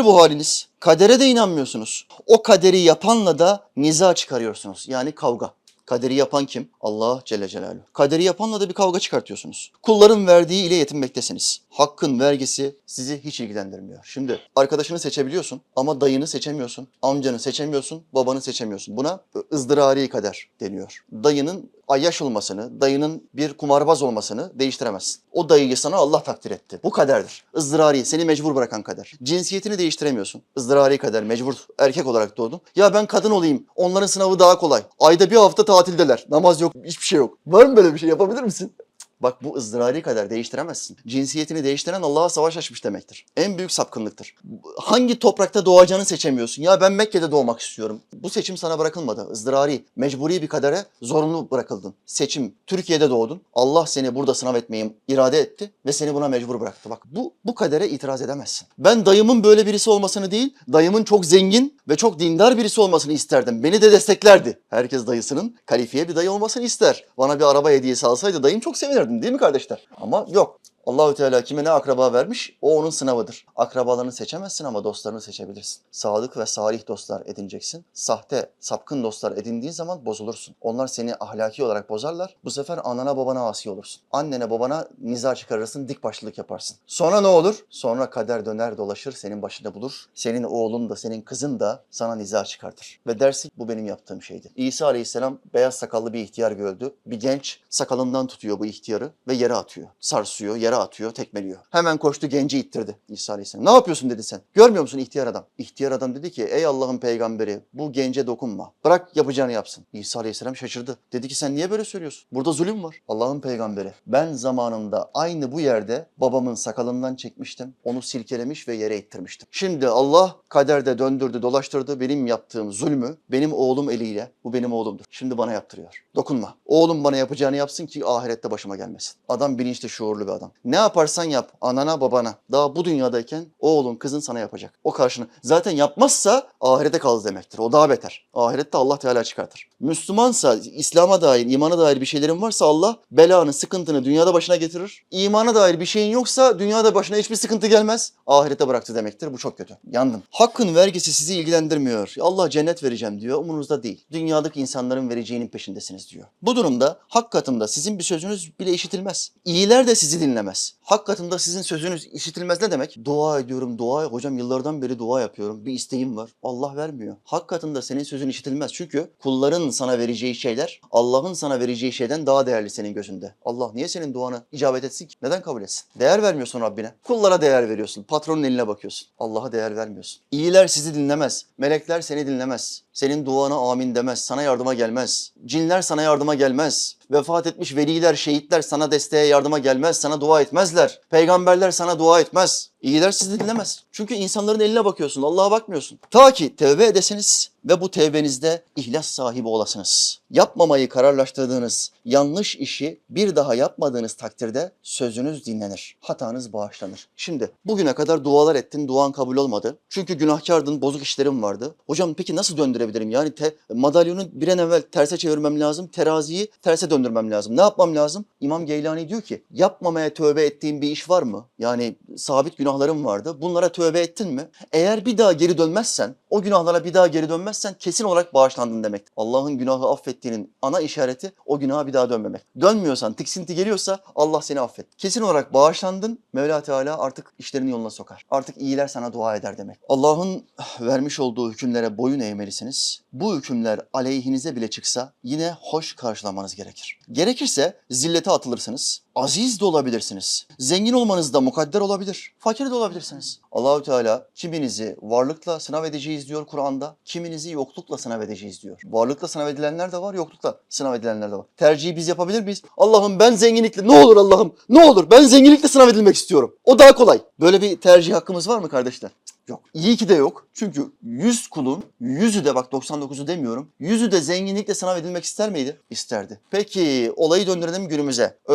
Nedir bu haliniz? Kadere de inanmıyorsunuz. O kaderi yapanla da niza çıkarıyorsunuz. Yani kavga. Kaderi yapan kim? Allah Celle Celaluhu. Kaderi yapanla da bir kavga çıkartıyorsunuz. Kulların verdiği ile yetinmektesiniz. Hakkın vergisi sizi hiç ilgilendirmiyor. Şimdi arkadaşını seçebiliyorsun ama dayını seçemiyorsun. Amcanı seçemiyorsun, babanı seçemiyorsun. Buna ızdırari kader deniyor. Dayının ayyaş olmasını, dayının bir kumarbaz olmasını değiştiremezsin. O dayıyı sana Allah takdir etti. Bu kaderdir. Izdırari, seni mecbur bırakan kader. Cinsiyetini değiştiremiyorsun. Izdırari kader, mecbur erkek olarak doğdun. Ya ben kadın olayım, onların sınavı daha kolay. Ayda bir hafta tatildeler. Namaz yok, hiçbir şey yok. Var mı böyle bir şey? Yapabilir misin? Bak bu ızdırari kader değiştiremezsin. Cinsiyetini değiştiren Allah'a savaş açmış demektir. En büyük sapkınlıktır. Hangi toprakta doğacağını seçemiyorsun. Ya ben Mekke'de doğmak istiyorum. Bu seçim sana bırakılmadı. Izdırari, mecburi bir kadere zorunlu bırakıldın. Seçim. Türkiye'de doğdun. Allah seni burada sınav etmeyi irade etti ve seni buna mecbur bıraktı. Bak bu kadere itiraz edemezsin. Ben dayımın böyle birisi olmasını değil, dayımın çok zengin ve çok dindar birisi olmasını isterdim. Beni de desteklerdi. Herkes dayısının kalifiye bir dayı olmasını ister. Bana bir araba hediyesi alsaydı dayım çok sevinirdim. Değil mi kardeşler? Ama yok. Allahü Teala kime ne akraba vermiş o onun sınavıdır. Akrabalarını seçemezsin ama dostlarını seçebilirsin. Sadık ve salih dostlar edineceksin. Sahte, sapkın dostlar edindiğin zaman bozulursun. Onlar seni ahlaki olarak bozarlar. Bu sefer anana babana asi olursun. Annene babana niza çıkarırsın, dik başlılık yaparsın. Sonra ne olur? Sonra kader döner dolaşır senin başını bulur. Senin oğlun da senin kızın da sana niza çıkartır. Ve dersin bu benim yaptığım şeydi. İsa Aleyhisselam beyaz sakallı bir ihtiyar gördü. Bir genç sakalından tutuyor bu ihtiyarı ve yere atıyor. Sarsıyor, yere atıyor, tekmeliyor. Hemen koştu genci ittirdi İsa Aleyhisselam. Ne yapıyorsun dedi sen. Görmüyor musun ihtiyar adam? İhtiyar adam dedi ki ey Allah'ın peygamberi bu gence dokunma. Bırak yapacağını yapsın. İsa Aleyhisselam şaşırdı. Dedi ki sen niye böyle söylüyorsun? Burada zulüm var. Allah'ın peygamberi. Ben zamanında aynı bu yerde babamın sakalından çekmiştim. Onu silkelemiş ve yere ittirmiştim. Şimdi Allah kaderde döndürdü, dolaştırdı. Benim yaptığım zulmü benim oğlum eliyle, bu benim oğlumdur. Şimdi bana yaptırıyor. Dokunma. Oğlum bana yapacağını yapsın ki ahirette başıma gelmesin. Adam bilinçli, şuurlu bir adam. Ne yaparsan yap anana babana. Daha bu dünyadayken oğlun kızın sana yapacak. O karşını. Zaten yapmazsa ahirete kaldı demektir. O daha beter. Ahirette Allah Teala çıkartır. Müslümansa, İslam'a dair, imana dair bir şeylerin varsa Allah belanı, sıkıntını dünyada başına getirir. İmana dair bir şeyin yoksa dünyada başına hiçbir sıkıntı gelmez. Ahirete bıraktı demektir. Bu çok kötü. Yandın. Hakkın vergisi sizi ilgilendirmiyor. Allah cennet vereceğim diyor. Umurunuzda değil. Dünyadaki insanların vereceğinin peşindesiniz diyor. Bu durumda hak katında sizin bir sözünüz bile işitilmez. İyiler de sizi dinlemez. Hak katında sizin sözünüz işitilmez ne demek? Dua ediyorum, hocam yıllardan beri dua yapıyorum. Bir isteğim var. Allah vermiyor. Hak katında senin sözün işitilmez. Çünkü kulların sana vereceği şeyler Allah'ın sana vereceği şeyden daha değerli senin gözünde. Allah niye senin duanı icabet etsin ki? Neden kabul etsin? Değer vermiyorsun Rabbine. Kullara değer veriyorsun. Patronun eline bakıyorsun. Allah'a değer vermiyorsun. İyiler sizi dinlemez. Melekler seni dinlemez. Senin duana amin demez. Sana yardıma gelmez. Cinler sana yardıma gelmez. Vefat etmiş veliler, şehitler sana desteğe yardıma gelmez. Sana dua etmezler. Peygamberler sana dua etmez. İyiler sizi dinlemez. Çünkü insanların eline bakıyorsun, Allah'a bakmıyorsun. Ta ki tevbe edesiniz ve bu tevbenizde ihlas sahibi olasınız. Yapmamayı kararlaştırdığınız yanlış işi bir daha yapmadığınız takdirde sözünüz dinlenir. Hatanız bağışlanır. Şimdi bugüne kadar dualar ettin, duan kabul olmadı. Çünkü günahkardın, bozuk işlerim vardı. Hocam peki nasıl döndürebilirim? Yani madalyonu bir an evvel terse çevirmem lazım, teraziyi terse döndürmem lazım. Ne yapmam lazım? İmam Geylani diyor ki yapmamaya tövbe ettiğin bir iş var mı? Yani sabit günahlarım vardı. Bunlara tövbe ettin mi? Eğer bir daha geri dönmezsen, o günahlara bir daha geri dönmezsen kesin olarak bağışlandın demek. Allah'ın günahı affettiğinin ana işareti o günaha bir daha dönmemek. Dönmüyorsan, tiksinti geliyorsa Allah seni affet. Kesin olarak bağışlandın. Mevla Teala artık işlerini yoluna sokar. Artık iyiler sana dua eder demek. Allah'ın vermiş olduğu hükümlere boyun eğmelisiniz. Bu hükümler aleyhinize bile çıksa yine hoş karşılamanız gerekir. Gerekirse zillete atılırsınız. Aziz de olabilirsiniz. Zengin olmanız da mukadder olabilir. Fakir de olabilirsiniz. Allahü Teala kiminizi varlıkla sınav edeceğiz diyor Kur'an'da. Kiminizi yoklukla sınav edeceğiz diyor. Varlıkla sınav edilenler de var, yoklukla sınav edilenler de var. Tercihi biz yapabilir miyiz? Allah'ım ben zenginlikle, ne olur Allah'ım, ne olur ben zenginlikle sınav edilmek istiyorum. O daha kolay. Böyle bir tercih hakkımız var mı kardeşler? Yok. İyi ki de yok. Çünkü 100 kulun, 100'ü de bak 99'u demiyorum, 100'ü de zenginlikle sınav edilmek ister miydi? İsterdi. Peki olayı döndürelim günümüze. Öğretmeniniz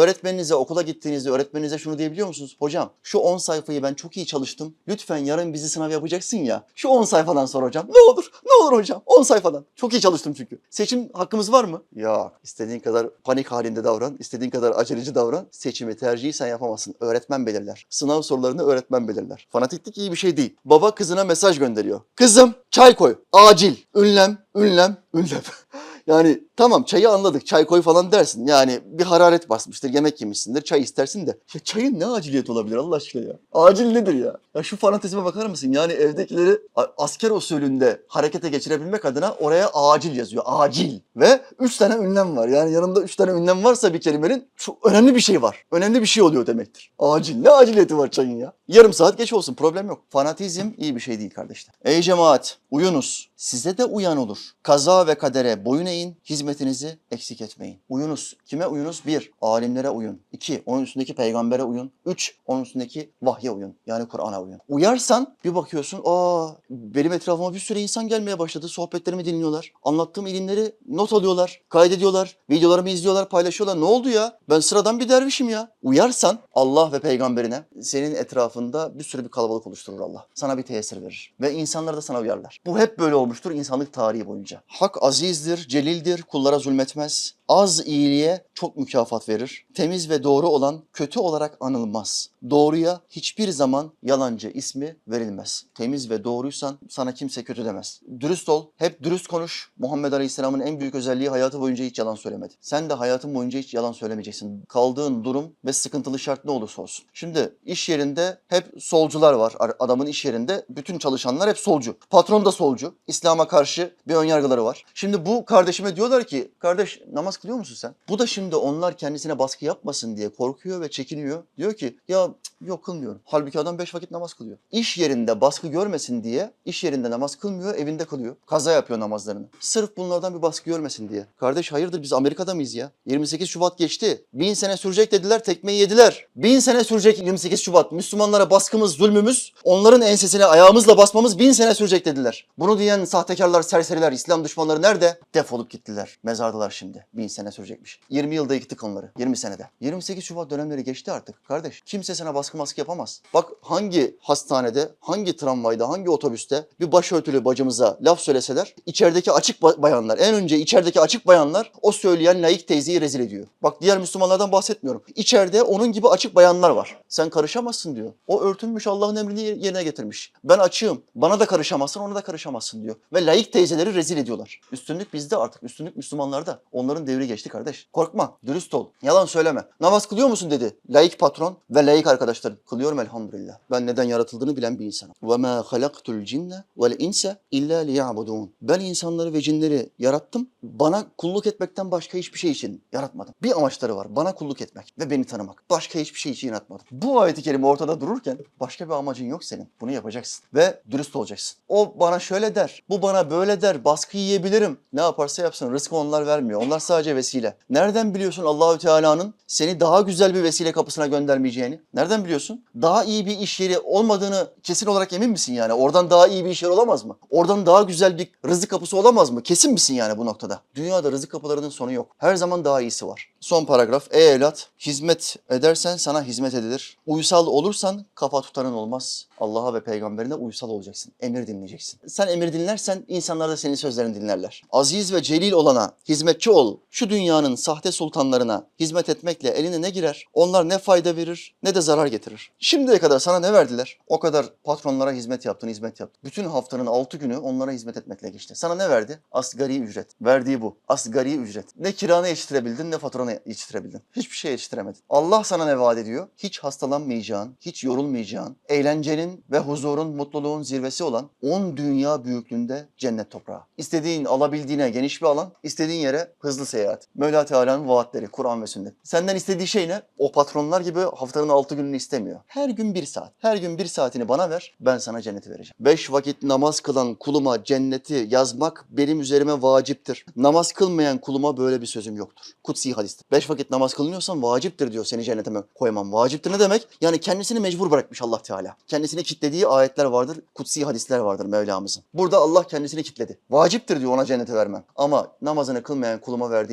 dersinize, okula gittiğinizde öğretmeninize şunu diyebiliyor musunuz? Hocam şu 10 sayfayı ben çok iyi çalıştım. Lütfen yarın bizi sınav yapacaksın ya. Şu 10 sayfadan sor hocam. Ne olur, ne olur hocam. 10 sayfadan. Çok iyi çalıştım çünkü. Seçim hakkımız var mı? Ya istediğin kadar panik halinde davran, istediğin kadar aceleci davran. Seçimi, tercihi sen yapamazsın. Öğretmen belirler. Sınav sorularını öğretmen belirler. Fanatiklik iyi bir şey değil. Baba kızına mesaj gönderiyor. Kızım çay koy. Acil. Ünlem, ünlem, ünlem. Yani tamam çayı anladık, çay koy falan dersin. Yani bir hararet basmıştır, yemek yemişsindir, çay istersin de. Ya çayın ne aciliyeti olabilir Allah aşkına ya? Acil nedir ya? Ya şu fanatizme bakar mısın? Yani evdekileri asker usulünde harekete geçirebilmek adına oraya acil yazıyor. Acil. Ve 3 tane ünlem var. Yani yanında 3 tane ünlem varsa bir kelimenin çok önemli bir şey var. Önemli bir şey oluyor demektir. Acil. Ne aciliyeti var çayın ya? Yarım saat geç olsun problem yok. Fanatizm iyi bir şey değil kardeşler. Ey cemaat uyunuz. Size de uyan olur. Kaza ve kadere boyun eğin, hizmetinizi eksik etmeyin. Uyunuz. Kime uyunuz? 1. Alimlere uyun. 2. Onun üstündeki peygambere uyun. 3. Onun üstündeki vahye uyun. Yani Kur'an'a uyun. Uyarsan bir bakıyorsun, benim etrafıma bir sürü insan gelmeye başladı. Sohbetlerimi dinliyorlar. Anlattığım ilimleri not alıyorlar, kaydediyorlar, videolarımı izliyorlar, paylaşıyorlar. Ne oldu ya? Ben sıradan bir dervişim ya. Uyarsan Allah ve peygamberine senin etrafında bir sürü bir kalabalık oluşturur Allah. Sana bir tesir verir. Ve insanlar da sana uyarlar. Bu hep böyle olmuştur insanlık tarihi boyunca. Hak azizdir, celildir, kullara zulmetmez. Az iyiliğe çok mükafat verir. Temiz ve doğru olan kötü olarak anılmaz. Doğruya hiçbir zaman yalancı ismi verilmez. Temiz ve doğruysan sana kimse kötü demez. Dürüst ol, hep dürüst konuş. Muhammed Aleyhisselam'ın en büyük özelliği hayatı boyunca hiç yalan söylemedi. Sen de hayatın boyunca hiç yalan söylemeyeceksin. Kaldığın durum ve sıkıntılı şart ne olursa olsun. Şimdi iş yerinde hep solcular var. Adamın iş yerinde bütün çalışanlar hep solcu. Patron da solcu. İslam'a karşı bir önyargıları var. Şimdi bu kardeşime diyorlar ki, kardeş namaz kılıyor musun sen? Bu da şimdi onlar kendisine baskı yapmasın diye korkuyor ve çekiniyor. Diyor ki ya yok kılmıyorum. Halbuki adam 5 vakit namaz kılıyor. İş yerinde baskı görmesin diye iş yerinde namaz kılmıyor, evinde kılıyor. Kaza yapıyor namazlarını. Sırf bunlardan bir baskı görmesin diye. Kardeş hayırdır biz Amerika'da mıyız ya? 28 Şubat geçti. 1000 sene sürecek dediler, tekmeyi yediler. 1000 sene sürecek 28 Şubat. Müslümanlara baskımız, zulmümüz, onların ensesine ayağımızla basmamız 1000 sene sürecek dediler. Bunu diyen sahtekarlar, serseriler, İslam düşmanları nerede? Defolup gittiler. Mezardalar şimdi. 1000 sene sürecekmiş. 20 yılda yıktık onları. 20 senede. 28 Şubat dönemleri geçti artık kardeş. Kimse sana baskı yapamaz. Bak hangi hastanede, hangi tramvayda, hangi otobüste bir başörtülü bacımıza laf söyleseler içerideki açık bayanlar, en önce içerideki açık bayanlar o söyleyen laik teyzeyi rezil ediyor. Bak diğer Müslümanlardan bahsetmiyorum. İçeride onun gibi açık bayanlar var. Sen karışamazsın diyor. O örtünmüş Allah'ın emrini yerine getirmiş. Ben açığım. Bana da karışamazsın, ona da karışamazsın diyor. Ve laik teyzeleri rezil ediyorlar. Üstünlük bizde artık. Üstünlük Müslümanlarda. Onların devri geçti kardeş. Korkma. Dürüst ol. Yalan söyleme. Namaz kılıyor musun dedi. Laik patron ve laik arkadaşlarım. Kılıyorum elhamdülillah. Ben neden yaratıldığını bilen bir insanım. وَمَا خَلَقْتُ الْجِنَّ وَالْاِنْسَ اِلَّا لِيَعْبُدُونَ Ben insanları ve cinleri yarattım. Bana kulluk etmekten başka hiçbir şey için yaratmadım. Bir amaçları var. Bana kulluk etmek ve beni tanımak. Başka hiçbir şey için yaratmadım. Bu ayet-i kerime ortada dururken başka bir amacın yok senin. Bunu yapacaksın ve dürüst olacaksın. O bana şöyle der, bu bana böyle der, baskı yiyebilirim. Ne yaparsa yapsın. Rızkı onlar vermiyor. Onlar sadece vesile. Nereden biliyorsun Allahü Teala'nın seni daha güzel bir vesile kapısına göndermeyeceğini? Nereden biliyorsun? Daha iyi bir iş yeri olmadığını kesin olarak emin misin yani? Oradan daha iyi bir iş yeri olamaz mı? Oradan daha güzel bir rızık kapısı olamaz mı? Kesin misin yani bu noktada? Dünyada rızık kapılarının sonu yok. Her zaman daha iyisi var. Son paragraf. Ey evlat, hizmet edersen sana hizmet edilir. Uysal olursan kafa tutanın olmaz. Allah'a ve peygamberine uysal olacaksın. Emir dinleyeceksin. Sen emir dinlersen insanlar da senin sözlerini dinlerler. Aziz ve celil olana hizmetçi ol. Şu dünyanın sahte sultanlarına hizmet etmekle eline ne girer? Onlar ne fayda verir ne de zarar getirir. Şimdiye kadar sana ne verdiler? O kadar patronlara hizmet yaptın, hizmet yaptın. Bütün haftanın 6 günü onlara hizmet etmekle geçti. Sana ne verdi? Asgari ücret. Verdiği bu. Asgari ücret. Ne kiranı yetiştirebildin ne faturanı yetiştirebildin. Hiçbir şey yetiştiremedin. Allah sana ne vaat ediyor? Hiç hastalanmayacağın, hiç yorulmayacağın, eğlencenin ve huzurun, mutluluğun zirvesi olan 10 dünya büyüklüğünde cennet toprağı. İstediğin, alabildiğine geniş bir alan, istediğin yere hızlı seyahat. Mevla Teala'nın vaatleri, Kur'an ve sünnet. Senden istediği şey ne? O patronlar gibi haftanın 6 gününü istemiyor. Her gün 1 saat. Her gün 1 saatini bana ver, ben sana cenneti vereceğim. 5 vakit namaz kılan kuluma cenneti yazmak benim üzerime vaciptir. Namaz kılmayan kuluma böyle bir sözüm yoktur. Kutsi hadistir. 5 vakit namaz kılınıyorsan vaciptir diyor, seni cennete koymam. Vaciptir ne demek? Yani kendisini mecbur bırakmış Allah Teala. Kendisini kitlediği ayetler vardır, kutsi hadisler vardır Mevlamızın. Burada Allah kendisini kitledi. Vaciptir diyor ona cenneti vermem. Ama namazını kılmayan kuluma verdiğim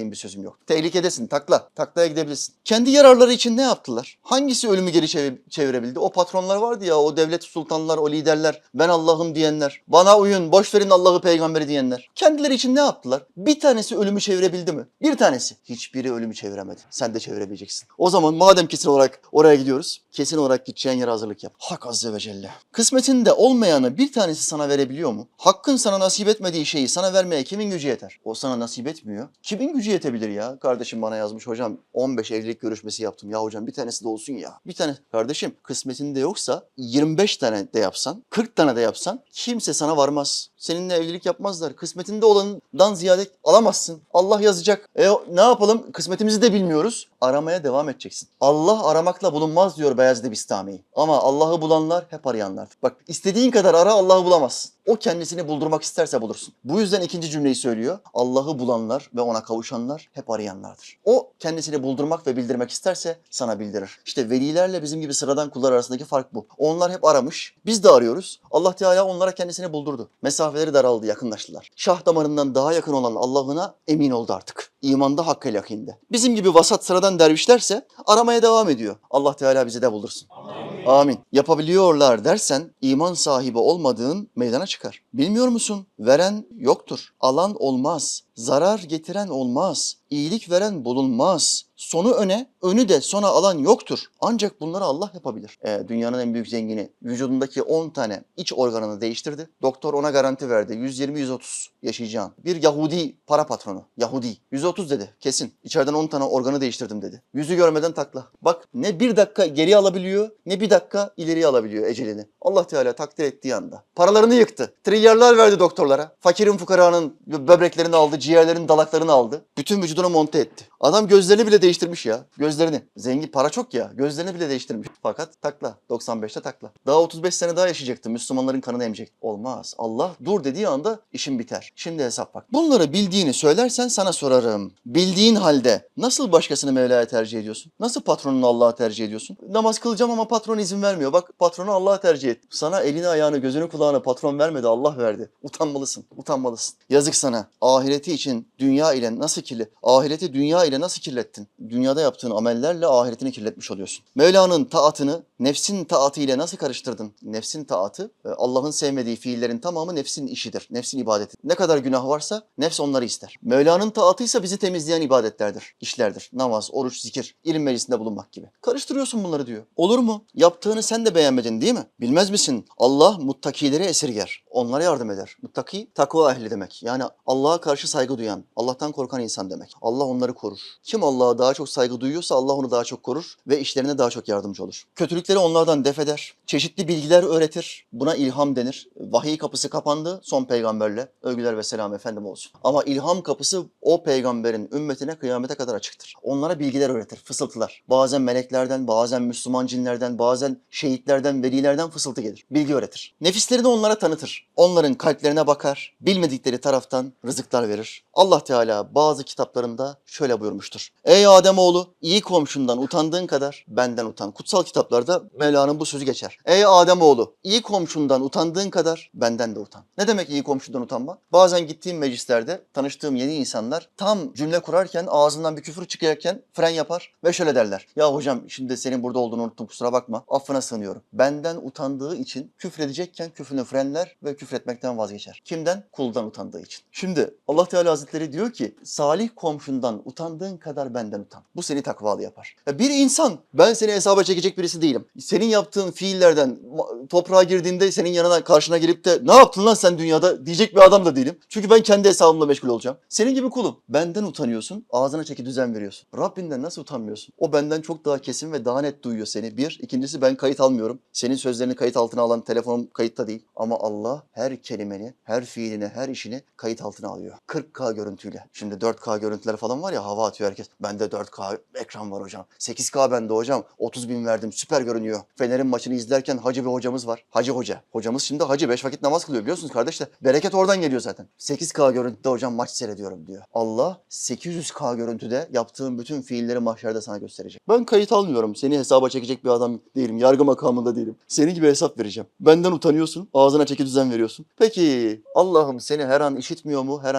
verdiğim bir sözüm yok. Tehlikedesin, taklaya gidebilirsin. Kendi yararları için ne yaptılar? Hangisi ölümü geri çevirebildi? O patronlar vardı ya, o devlet sultanlar, o liderler, ben Allah'ım diyenler, bana uyun, boş verin Allah'ı peygamberi diyenler. Kendileri için ne yaptılar? Bir tanesi ölümü çevirebildi mi? Bir tanesi. Hiçbiri ölümü çeviremedi. Sen de çevirebileceksin. O zaman madem kesin olarak oraya gidiyoruz, kesin olarak gideceğin yere hazırlık yap. Hak Azze ve Celle. Kısmetinde olmayanı bir tanesi sana verebiliyor mu? Hakkın sana nasip etmediği şeyi sana vermeye kimin gücü yeter? O sana nasip etmiyor. Kimin gücü yetebilir ya? Kardeşim bana yazmış, hocam 15 evlilik görüşmesi yaptım. Ya hocam bir tanesi de olsun ya. Bir tane. Kardeşim kısmetinde yoksa 25 tane de yapsan, 40 tane de yapsan kimse sana varmaz. Seninle evlilik yapmazlar. Kısmetinde olandan ziyade alamazsın. Allah yazacak. Ne yapalım? Kısmetimizi de bilmiyoruz. Aramaya devam edeceksin. Allah aramakla bulunmaz diyor Beyazıt Bistami. Ama Allah'ı bulanlar hep arayanlar. Bak istediğin kadar ara, Allah'ı bulamazsın. O kendisini buldurmak isterse bulursun. Bu yüzden ikinci cümleyi söylüyor. Allah'ı bulanlar ve ona kavuşanlar hep arayanlardır. O kendisini buldurmak ve bildirmek isterse sana bildirir. İşte velilerle bizim gibi sıradan kullar arasındaki fark bu. Onlar hep aramış. Biz de arıyoruz. Allah Teala onlara kendisini buldurdu. Mesafeleri daraldı, yakınlaştılar. Şah damarından daha yakın olan Allah'ına emin oldu artık. İmanda, hakkıyla yakinde. Bizim gibi vasat sıradan dervişlerse aramaya devam ediyor. Allah Teala bizi de buldursun. Amin. Amin. Yapabiliyorlar dersen iman sahibi olmadığın meydana çıkar. Bilmiyor musun? Veren yoktur. Alan olmaz. Zarar getiren olmaz. İyilik veren bulunmaz. Sonu öne, önü de sona alan yoktur. Ancak bunları Allah yapabilir. Dünyanın en büyük zengini vücudundaki 10 tane iç organını değiştirdi. Doktor ona garanti verdi. 120-130 yaşayacağın. Bir Yahudi para patronu. Yahudi. 130 dedi kesin. İçeriden 10 tane organı değiştirdim dedi. Yüzü görmeden takla. Bak ne bir dakika geri alabiliyor ne bir dakika ileriye alabiliyor ecelini. Allah Teala takdir ettiği anda. Paralarını yıktı. Trilyarlar verdi doktorlara. Fakirin fukaranın böbreklerini aldı, ciğerlerin dalaklarını aldı. Bütün vücuduna monte etti. Adam gözlerini bile değiştirmiş ya. Gözlerini. Zengin, para çok ya. Gözlerini bile değiştirmiş. Fakat takla. 95'te takla. Daha 35 sene daha yaşayacaktı. Müslümanların kanını emecek. Olmaz. Allah dur dediği anda işin biter. Şimdi hesap bak. Bunları bildiğini söylersen sana sorarım. Bildiğin halde nasıl başkasını Mevla'ya tercih ediyorsun? Nasıl patronunu Allah'a tercih ediyorsun? Namaz kılacağım ama patron izin vermiyor. Bak patronu Allah'a tercih et. Sana elini ayağını gözünü kulağını patron vermedi, Allah verdi. Utanmalısın. Utanmalısın. Yazık sana. Ahireti için dünya ile nasıl ahireti dünya ile nasıl kirlettin? Dünyada yaptığın amellerle ahiretini kirletmiş oluyorsun. Mevla'nın taatını nefsin taatı ile nasıl karıştırdın? Nefsin taatı, Allah'ın sevmediği fiillerin tamamı nefsin işidir. Nefsin ibadeti. Ne kadar günah varsa nefs onları ister. Mevla'nın taatıysa bizi temizleyen ibadetlerdir, işlerdir. Namaz, oruç, zikir, ilim meclisinde bulunmak gibi. Karıştırıyorsun bunları diyor. Olur mu? Yaptığını sen de beğenmedin değil mi? Bilmez misin? Allah muttakileri esirger. Onlara yardım eder. Muttaki, takva ehli demek. Yani Allah'a karşı saygı duyan, Allah'tan korkan insan demek. Allah onları korur. Kim Allah'a daha çok saygı duyuyorsa Allah onu daha çok korur ve işlerine daha çok yardımcı olur. Kötülükleri onlardan def eder. Çeşitli bilgiler öğretir. Buna ilham denir. Vahiy kapısı kapandı son peygamberle. Övgüler ve selam efendim olsun. Ama ilham kapısı o peygamberin ümmetine kıyamete kadar açıktır. Onlara bilgiler öğretir, fısıltılar. Bazen meleklerden, bazen Müslüman cinlerden, bazen şehitlerden, velilerden fısıltı gelir. Bilgi öğretir. Nefislerini onlara tanıtır. Onların kalplerine bakar. Bilmedikleri taraftan rızıklar verir. Allah Teala bazı kitaplarında şöyle buyurmuştur. Ey Ademoğlu, iyi komşundan utandığın kadar benden utan. Kutsal kitaplarda Mevla'nın bu sözü geçer. Ey Ademoğlu, iyi komşundan utandığın kadar benden de utan. Ne demek iyi komşundan utanma? Bazen gittiğim meclislerde tanıştığım yeni insanlar tam cümle kurarken ağzından bir küfür çıkarken fren yapar ve şöyle derler. Ya hocam şimdi senin burada olduğunu unuttum, kusura bakma. Affına sığınıyorum. Benden utandığı için küfredecekken küfrünü frenler ve küfretmekten vazgeçer. Kimden? Kuldan utandığı için. Şimdi Allah Teala Hazretleri diyor ki salih komşundan utandığın kadar benden utan. Bu seni takvalı yapar. Bir insan, ben seni hesaba çekecek birisi değilim. Senin yaptığın fiillerden toprağa girdiğinde senin yanına karşına gelip de ne yaptın lan sen dünyada diyecek bir adam da değilim. Çünkü ben kendi hesabımla meşgul olacağım. Senin gibi kulum. Benden utanıyorsun, ağzına çeki düzen veriyorsun. Rabbinden nasıl utanmıyorsun? O benden çok daha kesin ve daha net duyuyor seni. Bir. İkincisi ben kayıt almıyorum. Senin sözlerini kayıt altına alan telefonum kayıtta değil. Ama Allah her kelimeni, her fiilini, her işini kayıt altına alıyor. 40K görüntüyle. Şimdi 4K görüntüler falan var ya, hava atıyor herkes. Bende 4K ekran var hocam. 8K bende hocam. 30 bin verdim, süper görünüyor. Fener'in maçını izlerken hacı bir hocamız var. Hacı hoca. Hocamız şimdi hacı, 5 vakit namaz kılıyor biliyorsunuz kardeşler. Bereket oradan geliyor zaten. 8K görüntüde hocam maç seyrediyorum diyor. Allah 800K görüntüde yaptığın bütün fiilleri mahşerde sana gösterecek. Ben kayıt almıyorum. Seni hesaba çekecek bir adam değilim. Yargı makamında değilim. Senin gibi hesap vereceğim. Benden utanıyorsun. Ağzına çeki düzen veriyorsun. Peki Allah'ım seni her an işitmiyor mu? Her an görmüyor mu?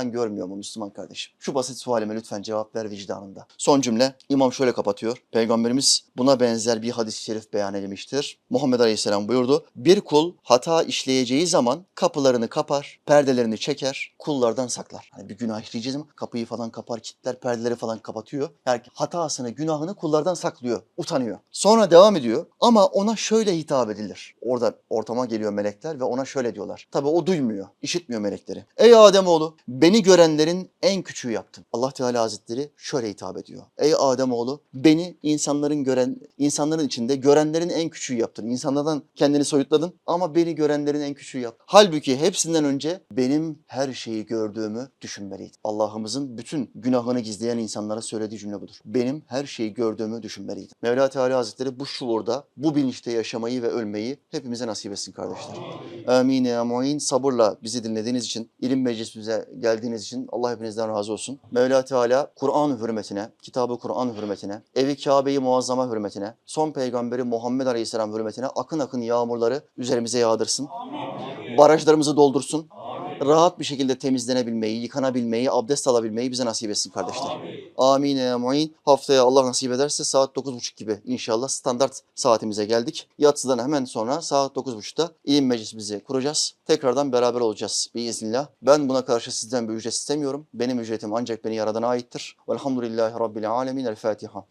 olmuyor mu Müslüman kardeşim? Şu basit sualime lütfen cevap ver vicdanında. Son cümle İmam şöyle kapatıyor. Peygamberimiz buna benzer bir hadis-i şerif beyan edilmiştir. Muhammed Aleyhisselam buyurdu. Bir kul hata işleyeceği zaman kapılarını kapar, perdelerini çeker, kullardan saklar. Hani bir günah işleyeceği zaman kapıyı falan kapar, kilitler, perdeleri falan kapatıyor. Yani hatasını, günahını kullardan saklıyor, utanıyor. Sonra devam ediyor ama ona şöyle hitap edilir. Orada ortama geliyor melekler ve ona şöyle diyorlar. Tabii o duymuyor, işitmiyor melekleri. Ey Ademoğlu, beni görenlerin en küçüğü yaptın. Allah Teala Hazretleri şöyle hitap ediyor. Ey Ademoğlu, beni insanların içinde görenlerin en küçüğü yaptın. İnsanlardan kendini soyutladın ama beni görenlerin en küçüğü yaptın. Halbuki hepsinden önce benim her şeyi gördüğümü düşünmeliydin. Allah'ımızın bütün günahını gizleyen insanlara söylediği cümle budur. Benim her şeyi gördüğümü düşünmeliydin. Mevla Teala Hazretleri bu şuurda, bu bilinçte yaşamayı ve ölmeyi hepimize nasip etsin kardeşler. Amin ya muin. Sabırla bizi dinlediğiniz için, ilim meclisimize geldiğiniz için Allah hepinizden razı olsun. Mevla Teala Kur'an hürmetine, kitabı Kur'an hürmetine, evi Kabe'yi muazzama hürmetine, son peygamberi Muhammed Aleyhisselam hürmetine akın akın yağmurları üzerimize yağdırsın. Barajlarımızı doldursun. Rahat bir şekilde temizlenebilmeyi, yıkanabilmeyi, abdest alabilmeyi bize nasip etsin kardeşler. Amin ya muin. Haftaya Allah nasip ederse saat 9.30 gibi inşallah standart saatimize geldik. Yatsıdan hemen sonra saat 9.30'da ilim meclisimizi kuracağız. Tekrardan beraber olacağız biiznillah. Ben buna karşı sizden bir ücret istemiyorum. Benim ücretim ancak beni Yaradan'a aittir. Velhamdülillahi Rabbil alemin. El Fatiha.